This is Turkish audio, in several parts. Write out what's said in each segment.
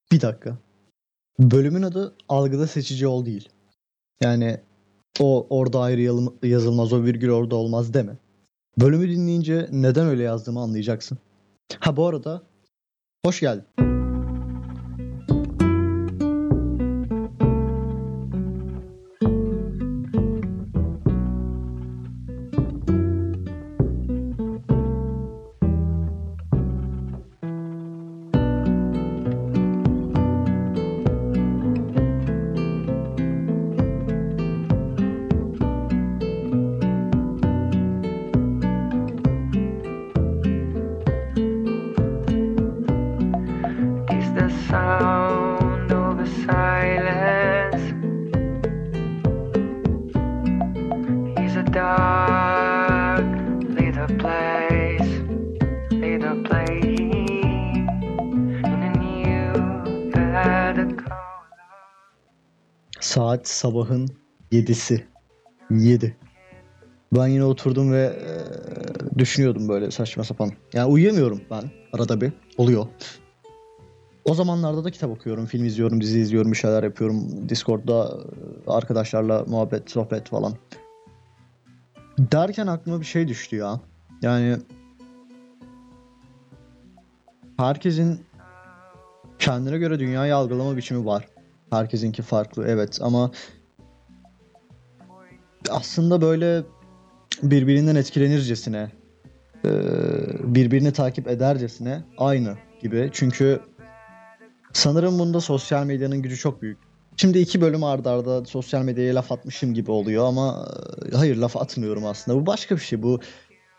Bir dakika. Bölümün adı Algıda Seçici Ol değil. Yani o orada ayrı yazılmaz, o virgül orada olmaz deme. Bölümü dinleyince neden öyle yazdığımı anlayacaksın. Ha bu arada hoş geldin. Is the sound of a silence? Is a dark little place in a new color. Saat sabahın 7'si. 7. Ben yine oturdum ve düşünüyordum böyle saçma sapan. Yani uyuyamıyorum ben. Arada bir oluyor. O zamanlarda da kitap okuyorum, film izliyorum, dizi izliyorum, bir şeyler yapıyorum. Discord'da arkadaşlarla muhabbet, sohbet falan. Derken aklıma bir şey düştü ya. Yani herkesin kendine göre dünyayı algılama biçimi var. Herkesinki farklı, evet, ama aslında böyle birbirinden etkilenircesine, birbirini takip edercesine aynı gibi. Çünkü sanırım bunda sosyal medyanın gücü çok büyük. Şimdi 2 bölüm arda arda sosyal medyaya laf atmışım gibi oluyor ama hayır, laf atmıyorum aslında. Bu başka bir şey. Bu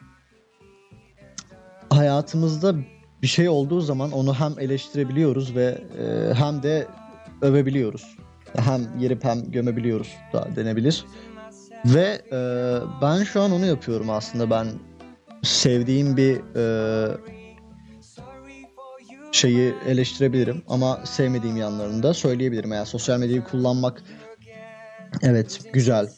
hayatımızda bir şey olduğu zaman onu hem eleştirebiliyoruz ve hem de övebiliyoruz. Hem yerip hem gömebiliyoruz da denebilir. Ve ben şu an onu yapıyorum aslında. Ben sevdiğim bir şeyi eleştirebilirim ama sevmediğim yanlarını da söyleyebilirim. Yani sosyal medyayı kullanmak, evet, güzel.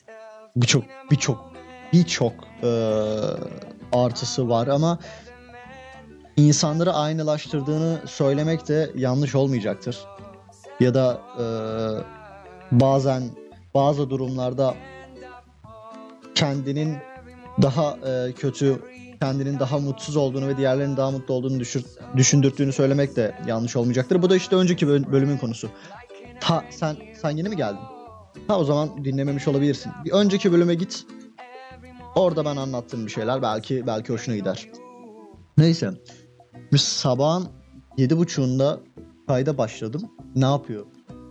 Birçok artısı var ama insanları aynılaştırdığını söylemek de yanlış olmayacaktır. Ya da bazen bazı durumlarda kendinin daha kötü, kendinin daha mutsuz olduğunu ve diğerlerinin daha mutlu olduğunu düşündürttüğünü söylemek de yanlış olmayacaktır. Bu da işte önceki bölümün konusu. Ha, sen yeni mi geldin? Ha, o zaman dinlememiş olabilirsin. Bir önceki bölüme git. Orada ben anlattığım bir şeyler belki hoşuna gider. Neyse. Biz sabahın 7.30'unda kayda başladım. Ne yapıyor?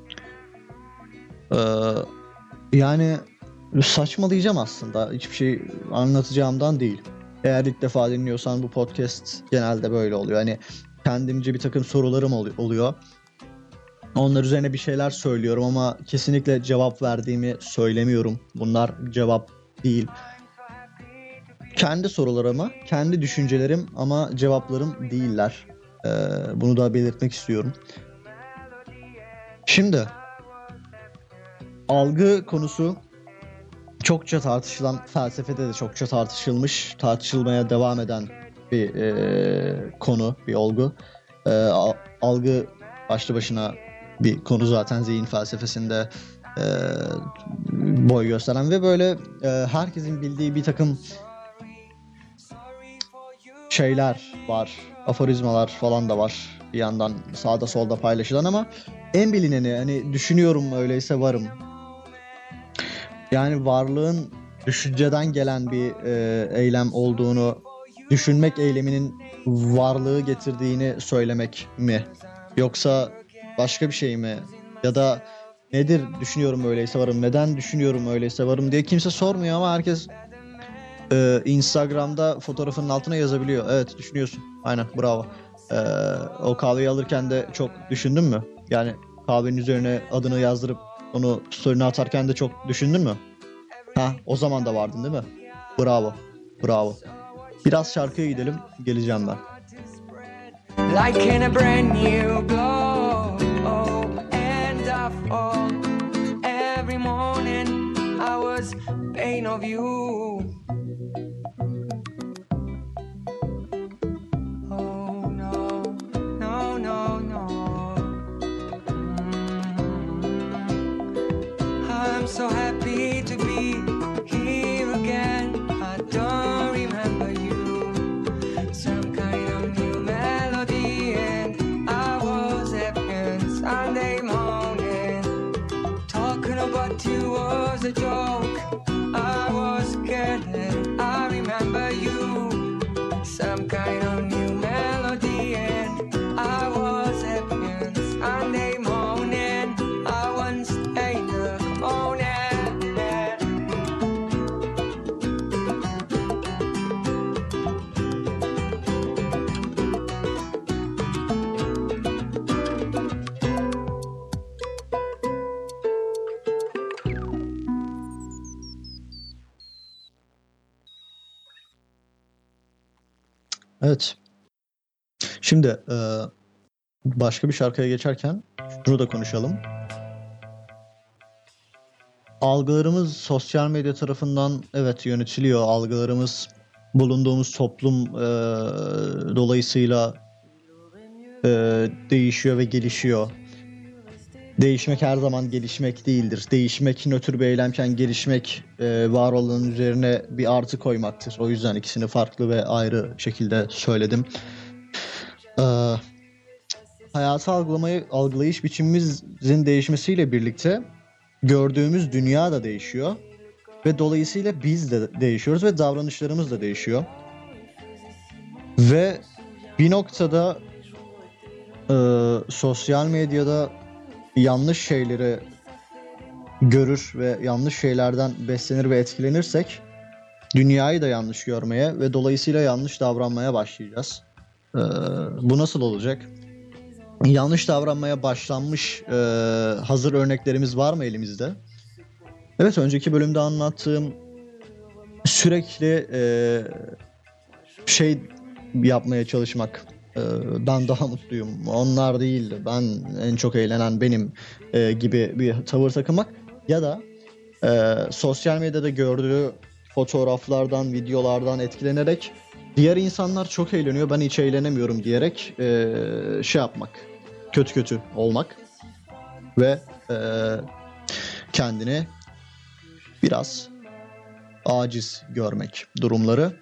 Yani saçmalayacağım aslında. Hiçbir şey anlatacağımdan değil. Eğer ilk defa dinliyorsan bu podcast genelde böyle oluyor. Hani kendimce bir takım sorularım oluyor. Onlar üzerine bir şeyler söylüyorum ama kesinlikle cevap verdiğimi söylemiyorum. Bunlar cevap değil. Kendi sorularıma, kendi düşüncelerim ama cevaplarım değiller. Bunu da belirtmek istiyorum. Şimdi algı konusu çokça tartışılan, felsefede de çokça tartışılmış, tartışılmaya devam eden bir konu, bir olgu. Algı başlı başına bir konu zaten, zihin felsefesinde boy gösteren ve böyle herkesin bildiği bir takım şeyler var, aforizmalar falan da var bir yandan sağda solda paylaşılan ama en bilineni, hani düşünüyorum öyleyse varım. Yani varlığın düşünceden gelen bir eylem olduğunu, düşünmek eyleminin varlığı getirdiğini söylemek mi? Yoksa başka bir şey mi? Ya da nedir düşünüyorum öyleyse varım, neden düşünüyorum öyleyse varım diye kimse sormuyor ama herkes Instagram'da fotoğrafının altına yazabiliyor. Evet, düşünüyorsun. Aynen, bravo. O kahveyi alırken de çok düşündün mü? Yani kahvenin üzerine adını yazdırıp onu story'ne atarken de çok düşündün mü? Ha, o zaman da vardın değil mi? Bravo. Bravo. Biraz şarkıya gidelim. Geleceğim ben. Like in a brand new glow, and I fall every morning. I was pain of you. Oh no, no, no, no. so happy to be here again. I don't remember you. Some kind of new melody, and I was happy on Sunday morning. Talking about you was a joke. I was scared and I remember you. Some kind of new melody, and I was happy on Sunday morning. I once stayed in the morning. Evet. Şimdi başka bir şarkıya geçerken şunu da konuşalım. Algılarımız sosyal medya tarafından evet yönetiliyor. Algılarımız bulunduğumuz toplum dolayısıyla değişiyor ve gelişiyor. Değişmek her zaman gelişmek değildir. Değişmek nötr bir eylemken gelişmek var olanın üzerine bir artı koymaktır. O yüzden ikisini farklı ve ayrı şekilde söyledim. Hayatı algılayış biçimimizin değişmesiyle birlikte gördüğümüz dünya da değişiyor. Ve dolayısıyla biz de değişiyoruz ve davranışlarımız da değişiyor. Ve bir noktada sosyal medyada yanlış şeyleri görür ve yanlış şeylerden beslenir ve etkilenirsek dünyayı da yanlış görmeye ve dolayısıyla yanlış davranmaya başlayacağız. Bu nasıl olacak? Yanlış davranmaya başlanmış hazır örneklerimiz var mı elimizde? Evet, önceki bölümde anlattığım sürekli şey yapmaya çalışmak. Ben daha mutluyum, onlar değil, ben en çok eğlenen benim gibi bir tavır takınmak ya da sosyal medyada gördüğü fotoğraflardan, videolardan etkilenerek diğer insanlar çok eğleniyor, ben hiç eğlenemiyorum diyerek şey yapmak, kötü olmak ve kendini biraz aciz görmek durumları.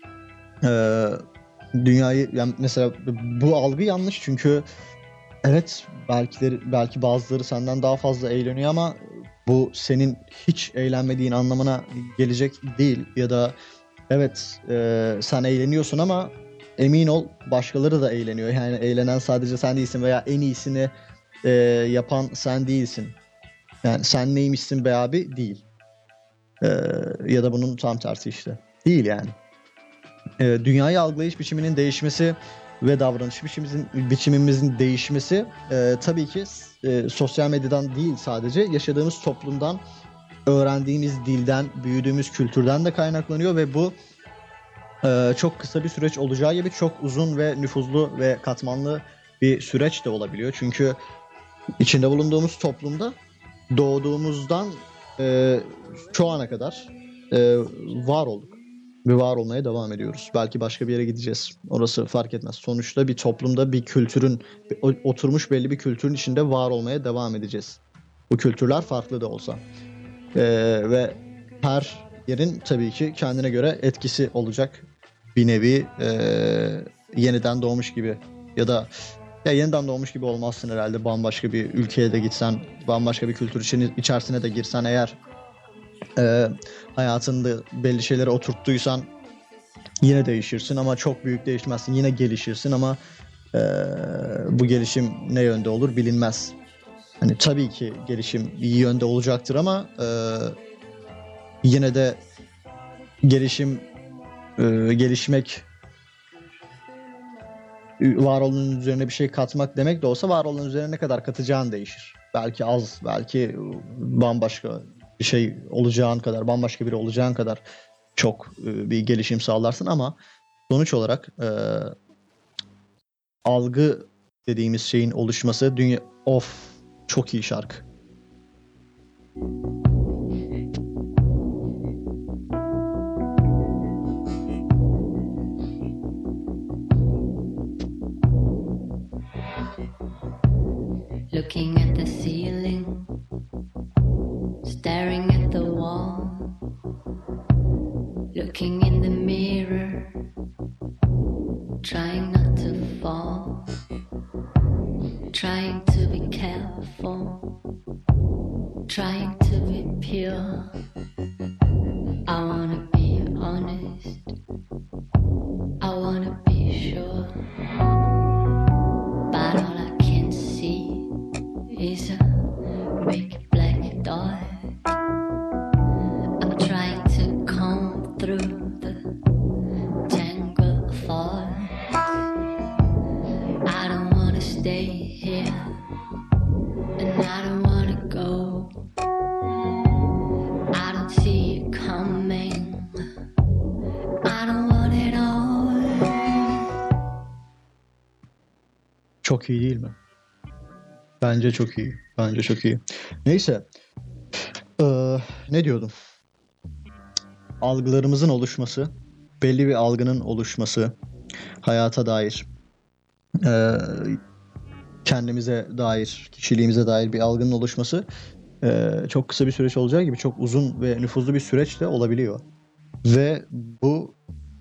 Dünyayı, yani mesela bu algı yanlış çünkü evet belki bazıları senden daha fazla eğleniyor ama bu senin hiç eğlenmediğin anlamına gelecek değil ya da evet sen eğleniyorsun ama emin ol başkaları da eğleniyor, yani eğlenen sadece sen değilsin veya en iyisini yapan sen değilsin, yani sen neymişsin be abi değil ya da bunun tam tersi işte değil yani. Dünyayı algılayış biçiminin değişmesi ve davranış biçimimizin değişmesi tabii ki sosyal medyadan değil, sadece yaşadığımız toplumdan, öğrendiğimiz dilden, büyüdüğümüz kültürden de kaynaklanıyor ve bu çok kısa bir süreç olacağı gibi çok uzun ve nüfuzlu ve katmanlı bir süreç de olabiliyor. Çünkü içinde bulunduğumuz toplumda doğduğumuzdan şu ana kadar var olduk. Ve var olmaya devam ediyoruz. Belki başka bir yere gideceğiz. Orası fark etmez. Sonuçta bir toplumda bir kültürün, oturmuş belli bir kültürün içinde var olmaya devam edeceğiz. Bu kültürler farklı da olsa. Ve her yerin tabii ki kendine göre etkisi olacak. Bir nevi yeniden doğmuş gibi ya da yeniden doğmuş gibi olmazsın herhalde. Bambaşka bir ülkeye de gitsen, bambaşka bir kültür içerisine de girsen eğer, hayatında belli şeyleri oturttuysan yine değişirsin ama çok büyük değişmezsin. Yine gelişirsin ama bu gelişim ne yönde olur bilinmez. Hani tabii ki gelişim iyi yönde olacaktır ama yine de gelişmek, var olanın üzerine bir şey katmak demek de olsa var olanın üzerine ne kadar katacağın değişir. Belki az, belki bambaşka bir şey olacağın kadar, bambaşka biri olacağın kadar çok bir gelişim sağlarsın ama sonuç olarak algı dediğimiz şeyin oluşması çok iyi şarkı. Looking at the ceiling, staring to be careful, trying to be pure. I wanna be honest, I wanna be sure, but all I can see is a big black dot. I'm trying to comb through the tangle of thoughts. I don't wanna stay here, and I don't wanna go. I don't see it coming, I don't want it all. Çok iyi değil mi? Bence çok iyi. Bence çok iyi. Neyse. Ne diyordum? Algılarımızın oluşması, belli bir algının oluşması, hayata dair, kendimize dair, kişiliğimize dair bir algının oluşması çok kısa bir süreç olacağı gibi çok uzun ve nüfuzlu bir süreç de olabiliyor. Ve bu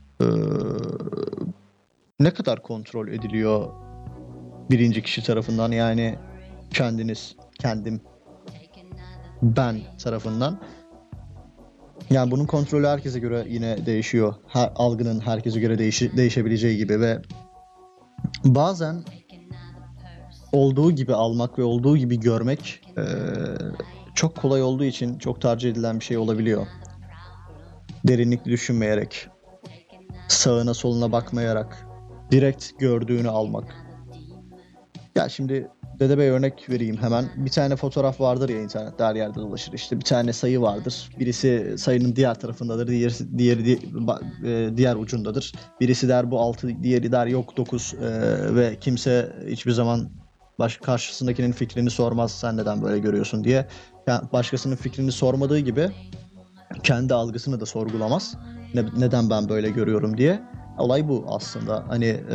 ne kadar kontrol ediliyor birinci kişi tarafından, yani kendiniz, kendim, ben tarafından. Yani bunun kontrolü herkese göre yine değişiyor. Algının herkese göre değişebileceği gibi ve bazen olduğu gibi almak ve olduğu gibi görmek çok kolay olduğu için çok tercih edilen bir şey olabiliyor. Derinlikli düşünmeyerek, sağına soluna bakmayarak, direkt gördüğünü almak. Ya şimdi Dede Bey örnek vereyim hemen. Bir tane fotoğraf vardır ya, internette her yerde dolaşır. İşte bir tane sayı vardır. Birisi sayının diğer tarafındadır. Diğeri diğer ucundadır. Birisi der bu 6, diğeri der yok 9 ve kimse hiçbir zaman karşısındakinin fikrini sormaz. Sen neden böyle görüyorsun diye. Yani başkasının fikrini sormadığı gibi kendi algısını da sorgulamaz. Neden ben böyle görüyorum diye. Olay bu aslında. Hani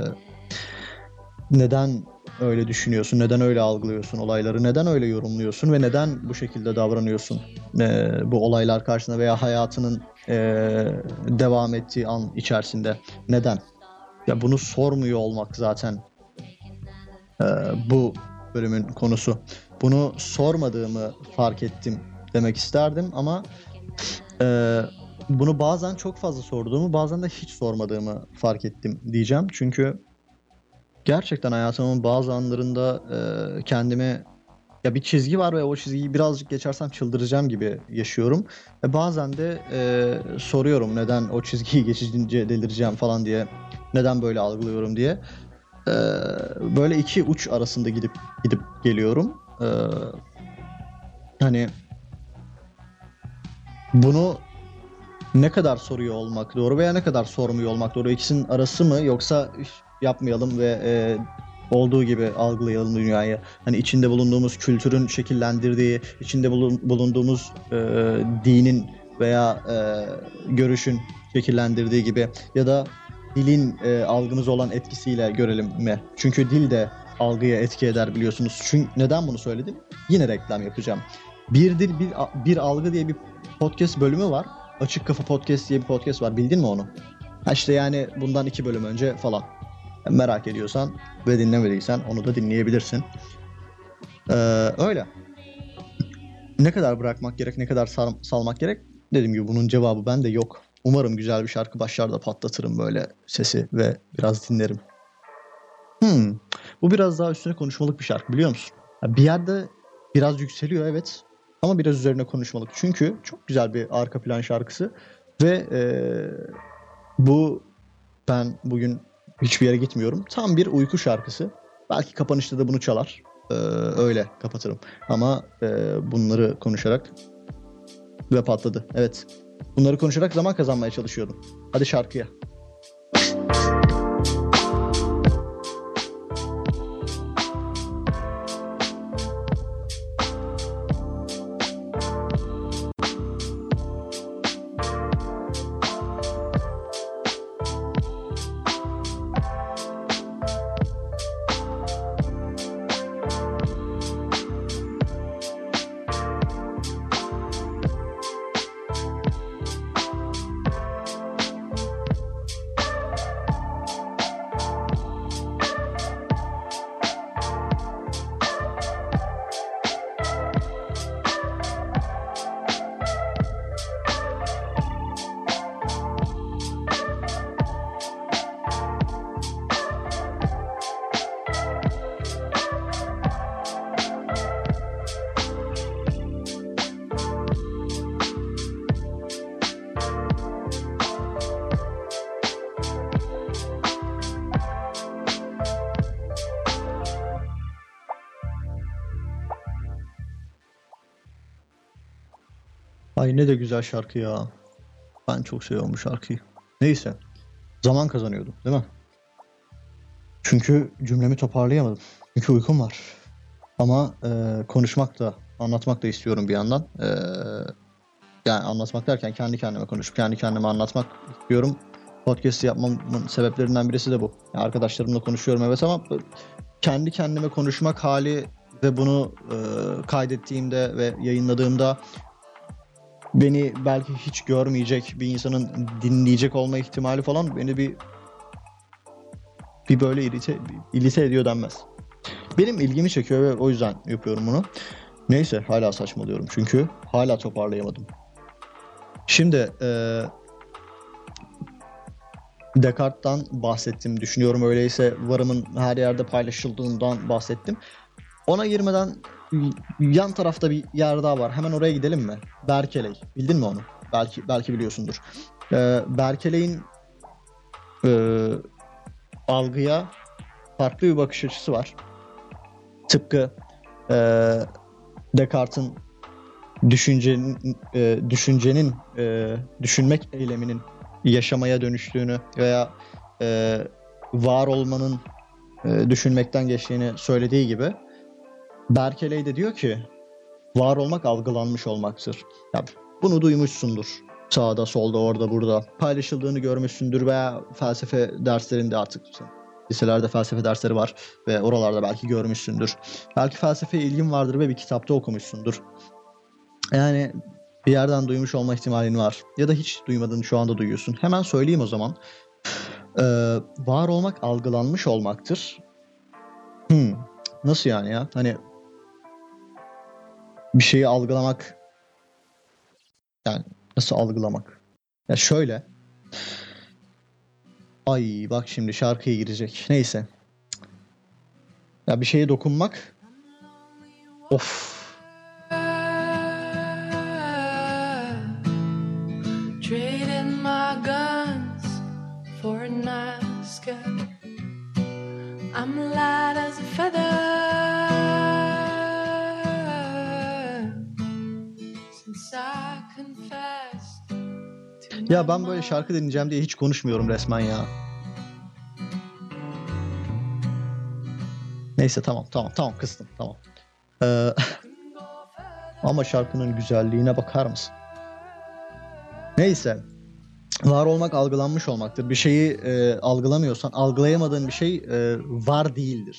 neden öyle düşünüyorsun, neden öyle algılıyorsun olayları, neden öyle yorumluyorsun ve neden bu şekilde davranıyorsun bu olaylar karşısında veya hayatının devam ettiği an içerisinde neden? Ya bunu sormuyor olmak zaten bu bölümün konusu. Bunu sormadığımı fark ettim demek isterdim ama bunu bazen çok fazla sorduğumu, bazen de hiç sormadığımı fark ettim diyeceğim. Çünkü gerçekten hayatımın bazı anlarında kendime ya bir çizgi var ve o çizgiyi birazcık geçersem çıldıracağım gibi yaşıyorum. Ve bazen de soruyorum neden o çizgiyi geçince delireceğim falan diye, neden böyle algılıyorum diye. Böyle iki uç arasında gidip geliyorum. Hani bunu ne kadar soruyor olmak doğru veya ne kadar sormuyor olmak doğru, ikisinin arası mı, yoksa yapmayalım ve olduğu gibi algılayalım dünyayı. Hani içinde bulunduğumuz kültürün şekillendirdiği, içinde bulunduğumuz dinin veya görüşün şekillendirdiği gibi, ya da dilin algımıza olan etkisiyle görelim mi? Çünkü dil de algıya etki eder biliyorsunuz. Çünkü neden bunu söyledim? Yine reklam yapacağım. Bir dil bir algı diye bir podcast bölümü var. Açık Kafa Podcast diye bir podcast var. Bildin mi onu? İşte yani bundan 2 bölüm önce falan. Merak ediyorsan ve dinlemediysen onu da dinleyebilirsin. Öyle. Ne kadar bırakmak gerek, ne kadar salmak gerek? Dediğim gibi bunun cevabı bende yok. Umarım güzel bir şarkı başlar da patlatırım böyle sesi ve biraz dinlerim. Bu biraz daha üstüne konuşmalık bir şarkı, biliyor musun? Bir yerde biraz yükseliyor evet, ama biraz üzerine konuşmalık. Çünkü çok güzel bir arka plan şarkısı ve ben bugün hiçbir yere gitmiyorum. Tam bir uyku şarkısı. Belki kapanışta da bunu çalar. Öyle kapatırım. Ama bunları konuşarak ve patladı. Evet. Bunları konuşarak zaman kazanmaya çalışıyordum. Hadi şarkıya. Ay ne de güzel şarkı ya. Ben çok seviyorum bu şarkıyı. Neyse. Zaman kazanıyordum değil mi? Çünkü cümlemi toparlayamadım. Çünkü uykum var. Ama konuşmak da, anlatmak da istiyorum bir yandan. Yani anlatmak derken kendi kendime konuşup kendi kendime anlatmak istiyorum. Podcast'i yapmamın sebeplerinden birisi de bu. Yani arkadaşlarımla konuşuyorum evet ama kendi kendime konuşmak hali ve bunu kaydettiğimde ve yayınladığımda beni belki hiç görmeyecek bir insanın dinleyecek olma ihtimali falan beni bir böyle irite ediyor denmez. Benim ilgimi çekiyor ve o yüzden yapıyorum bunu. Neyse hala saçmalıyorum çünkü hala toparlayamadım. Şimdi Descartes'tan bahsettim. Düşünüyorum öyleyse varımın her yerde paylaşıldığından bahsettim. Ona girmeden yan tarafta bir yer daha var. Hemen oraya gidelim mi? Berkeley. Bildin mi onu? Belki biliyorsundur. Berkeley'in algıya farklı bir bakış açısı var. Tıpkı Descartes'in düşünmek eyleminin yaşamaya dönüştüğünü veya var olmanın düşünmekten geçtiğini söylediği gibi Berkeley de diyor ki var olmak algılanmış olmaktır. Ya, bunu duymuşsundur. Sağda, solda, orada, burada. Paylaşıldığını görmüşsündür veya felsefe derslerinde artık liselerde felsefe dersleri var ve oralarda belki görmüşsündür. Belki felsefeye ilgin vardır ve bir kitapta okumuşsundur. Yani bir yerden duymuş olma ihtimalin var. Ya da hiç duymadığını şu anda duyuyorsun. Hemen söyleyeyim o zaman. Var olmak algılanmış olmaktır. Nasıl yani ya? Hani bir şeyi algılamak, yani nasıl algılamak? Ya şöyle. Ay bak şimdi şarkıya girecek. Neyse. Ya bir şeye dokunmak. Of. Trading my guns for a nice gun. I'm light as a feather. Since I confessed. Ya ben böyle şarkı dinleyeceğim diye hiç konuşmuyorum resmen ya. Neyse tamam kıstım tamam. Ama şarkının güzelliğine bakar mısın? Neyse. Var olmak algılanmış olmaktır. Bir şeyi algılamıyorsan, algılayamadığın bir şey var değildir.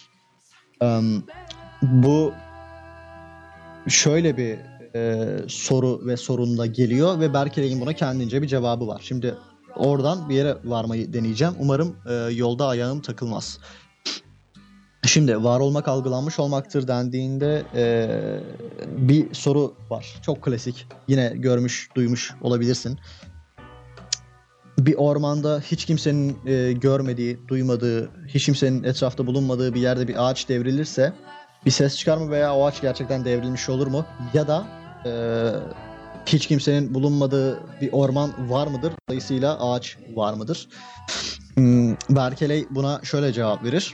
Bu şöyle bir soru ve sorunla geliyor ve Berkeley'in buna kendince bir cevabı var. Şimdi oradan bir yere varmayı deneyeceğim. Umarım yolda ayağım takılmaz. Şimdi var olmak algılanmış olmaktır dendiğinde bir soru var. Çok klasik. Yine görmüş, duymuş olabilirsin. Bir ormanda hiç kimsenin görmediği, duymadığı, hiç kimsenin etrafta bulunmadığı bir yerde bir ağaç devrilirse bir ses çıkar mı veya o ağaç gerçekten devrilmiş olur mu? Ya da hiç kimsenin bulunmadığı bir orman var mıdır? Dolayısıyla ağaç var mıdır? Berkeley buna şöyle cevap verir.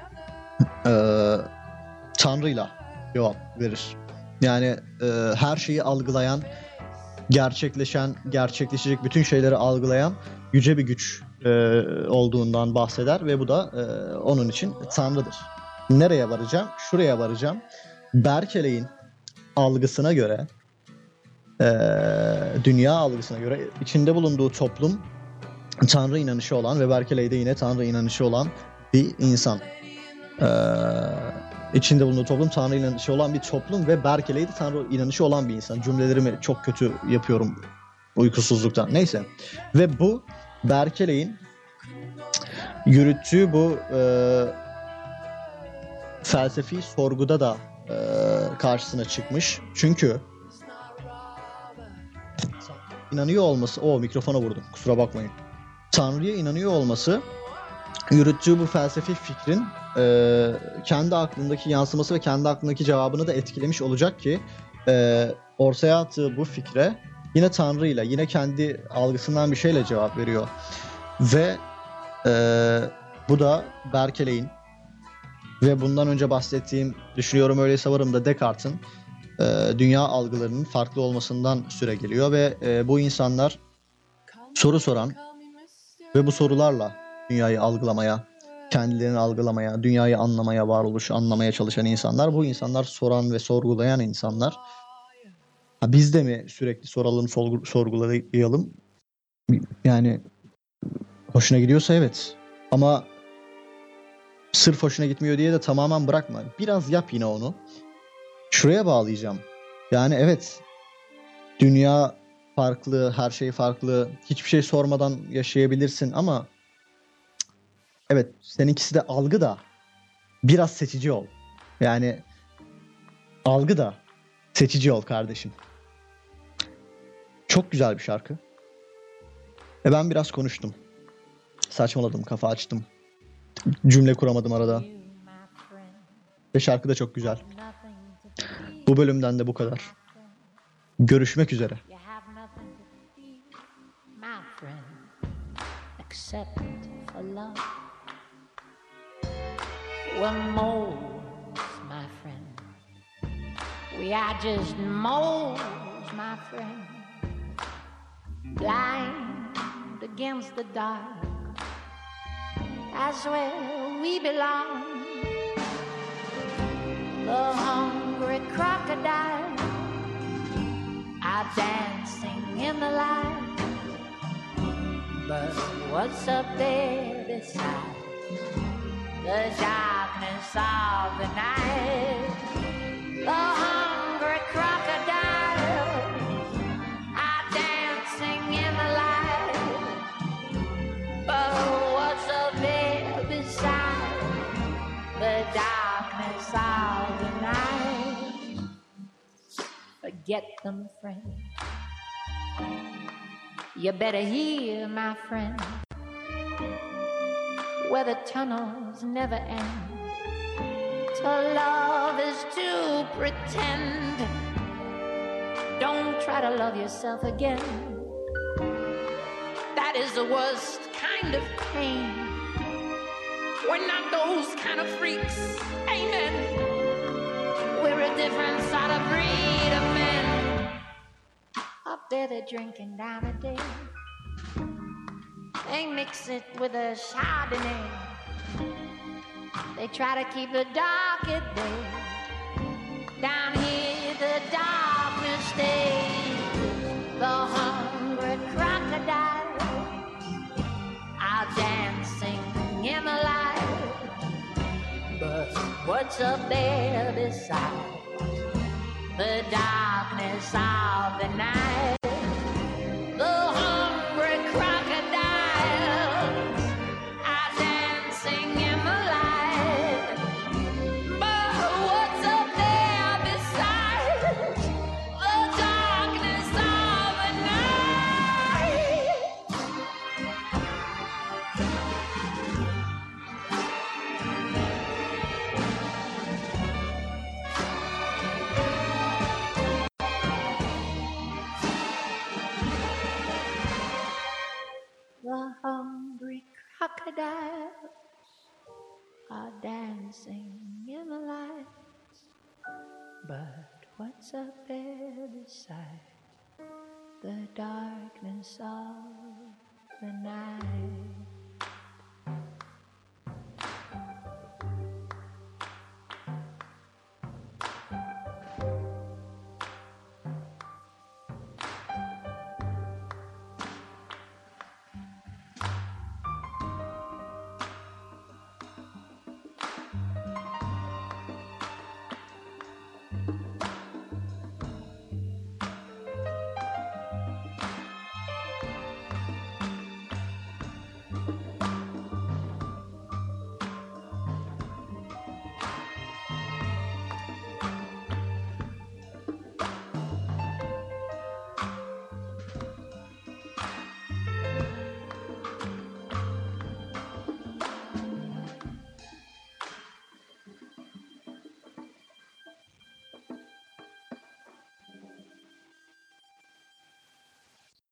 Tanrı'yla cevap verir. Yani her şeyi algılayan, gerçekleşen, gerçekleşecek bütün şeyleri algılayan yüce bir güç olduğundan bahseder ve bu da onun için Tanrı'dır. Nereye varacağım? Şuraya varacağım. Berkeley'in algısına göre, dünya algısına göre içinde bulunduğu toplum Tanrı inanışı olan ve Berkeley'de yine Tanrı inanışı olan bir insan. İçinde bulunduğu toplum Tanrı inanışı olan bir toplum ve Berkeley'de Tanrı inanışı olan bir insan. Cümlelerimi çok kötü yapıyorum uykusuzluktan. Neyse. Ve bu Berkeley'in yürüttüğü bu felsefi sorguda da karşısına çıkmış. Çünkü inanıyor olması... mikrofona vurdum. Kusura bakmayın. Tanrı'ya inanıyor olması yürüttüğü bu felsefi fikrin kendi aklındaki yansıması ve kendi aklındaki cevabını da etkilemiş olacak ki ortaya attığı bu fikre yine Tanrı'yla, yine kendi algısından bir şeyle cevap veriyor. Ve bu da Berkeley'in ve bundan önce bahsettiğim, düşünüyorum öyleyse varım da Descartes'in dünya algılarının farklı olmasından süregeliyor ve bu insanlar soru soran ve bu sorularla dünyayı algılamaya, kendilerini algılamaya, dünyayı anlamaya, varoluşu anlamaya çalışan insanlar. Bu insanlar soran ve sorgulayan insanlar. Biz de mi sürekli soralım, sorgulayalım? Yani hoşuna gidiyorsa evet. Ama sırf hoşuna gitmiyor diye de tamamen bırakma. Biraz yap yine onu. Şuraya bağlayacağım. Yani evet, dünya farklı, her şey farklı. Hiçbir şey sormadan yaşayabilirsin ama evet, seninkisi de algı da biraz seçici ol. Yani algı da seçici ol kardeşim. Çok güzel bir şarkı. Ben biraz konuştum. Saçmaladım, kafa açtım. Cümle kuramadım arada. Ve şarkı da çok güzel. Bu bölümden de bu kadar. Görüşmek üzere. You have nothing to fear, my friend, except for love. We're moles, my friend. We are just moles, my friend. Blind against the dark. That's where we belong. The hungry crocodile are dancing in the light. But what's up there beside the darkness of the night? The hungry crocodile are dancing in the light. But what's up there beside the darkness of the night? Forget them, friend. You better hear, my friend, where the tunnels never end. To love is to pretend. Don't try to love yourself again. That is the worst kind of pain. We're not those kind of freaks. Amen. We're a different sort of breed of men. Up there they're drinking down a day. They mix it with a Chardonnay. They try to keep the dark at bay. Down here the darkness stays. The hungry crocodiles are dancing in the light. But what's up there beside the darkness of the night? The hungry crocodiles are dancing in the light. But what's up there beside the darkness of the night? The hungry crocodiles are dancing in the lights. But what's up there beside the darkness of the night?